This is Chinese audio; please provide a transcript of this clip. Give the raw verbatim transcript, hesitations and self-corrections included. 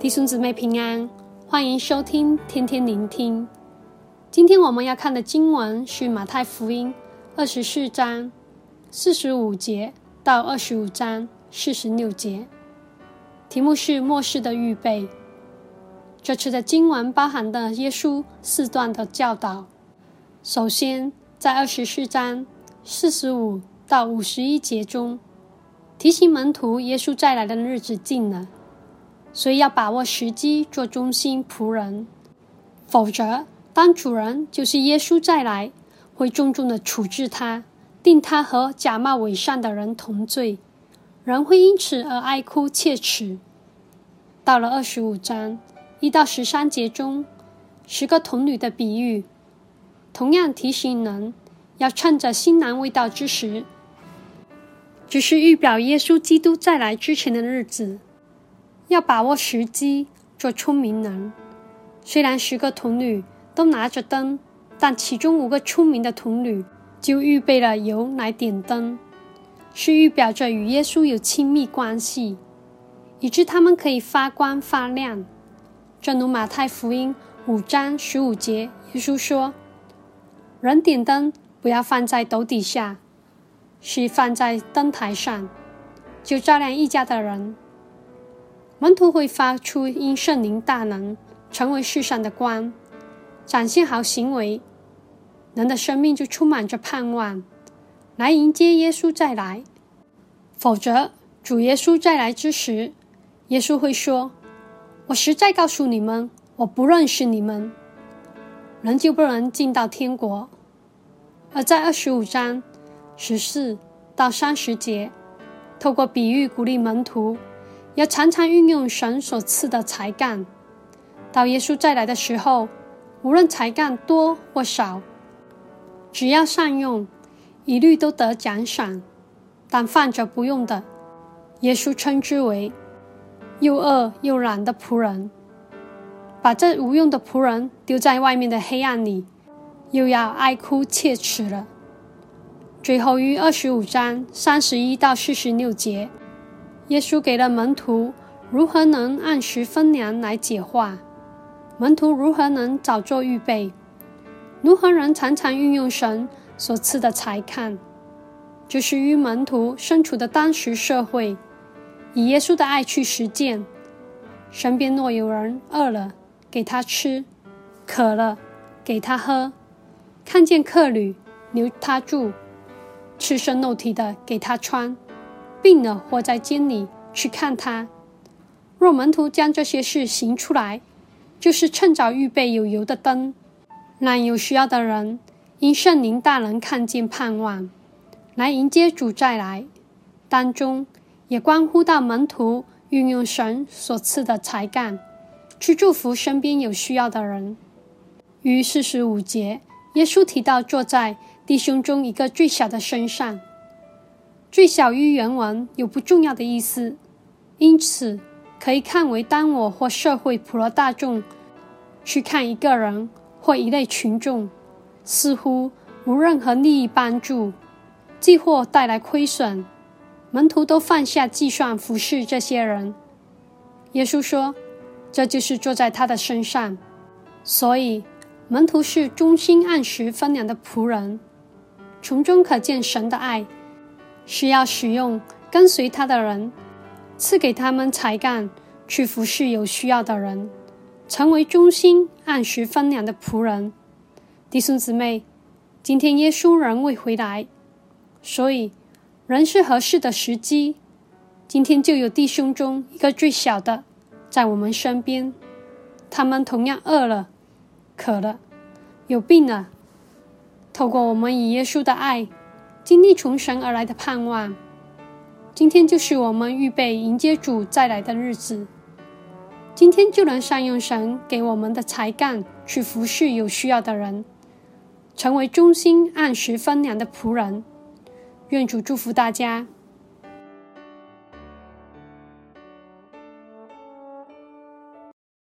弟兄姊妹平安，欢迎收听天天聆听。今天我们要看的经文是马太福音二十四章四十五节到二十五章四十六节，题目是末世的预备。这次的经文包含了耶稣四段的教导。首先在二十四章四十五到五十一节中，提醒门徒耶稣再来的日子近了，所以要把握时机做忠心仆人，否则当主人就是耶稣再来，会重重的处置他，定他和假冒伪善的人同罪，人会因此而哀哭切齿。到了二十五章一到十三节中，十个童女的比喻同样提醒人要趁着新郎未到之时，只是预表耶稣基督再来之前的日子，要把握时机做聪明人。虽然十个童女都拿着灯，但其中五个聪明的童女就预备了油来点灯，是预表着与耶稣有亲密关系，以致他们可以发光发亮。正如马太福音五章十五节，耶稣说，人点灯不要放在斗底下，是放在灯台上，就照亮一家的人。门徒会发出因圣灵大能成为世上的光，展现好行为，人的生命就充满着盼望，来迎接耶稣再来。否则主耶稣再来之时，耶稣会说，我实在告诉你们，我不认识你们，人就不能进到天国。而在二十五章十四到三十节，透过比喻鼓励门徒要常常运用神所赐的才干，到耶稣再来的时候，无论才干多或少，只要善用，一律都得奖赏。但放着不用的，耶稣称之为又恶又懒的仆人，把这无用的仆人丢在外面的黑暗里，又要哀哭切齿了。最后于二十五章三十一到四十六节，耶稣给了门徒如何能按时分粮来解话，门徒如何能早做预备，如何能常常运用神所赐的才干，就是与门徒身处的当时社会，以耶稣的爱去实践。身边若有人饿了，给他吃；渴了，给他喝；看见客旅，留他住；赤身露体的，给他穿；病了或在监里，去看他。若门徒将这些事行出来，就是趁早预备有油的灯，让有需要的人因圣灵大能看见盼望，来迎接主再来。当中也关乎到门徒运用神所赐的才干，去祝福身边有需要的人。于四十五节，耶稣提到坐在弟兄中一个最小的身上。最小于原文有不重要的意思，因此可以看为当我或社会普罗大众去看一个人或一类群众，似乎无任何利益帮助，既或带来亏损，门徒都放下计算服侍这些人。耶稣说，这就是坐在他的身上。所以门徒是忠心按时分粮的仆人，从中可见神的爱是要使用跟随他的人，赐给他们才干去服侍有需要的人，成为忠心按时分粮的仆人。弟兄姊妹，今天耶稣仍未回来，所以仍是合适的时机。今天就有弟兄中一个最小的在我们身边，他们同样饿了、渴了、有病了。透过我们以耶稣的爱经历从神而来的盼望，今天就是我们预备迎接主再来的日子。今天就能善用神给我们的才干去服侍有需要的人，成为忠心按时分粮的仆人。愿主祝福大家。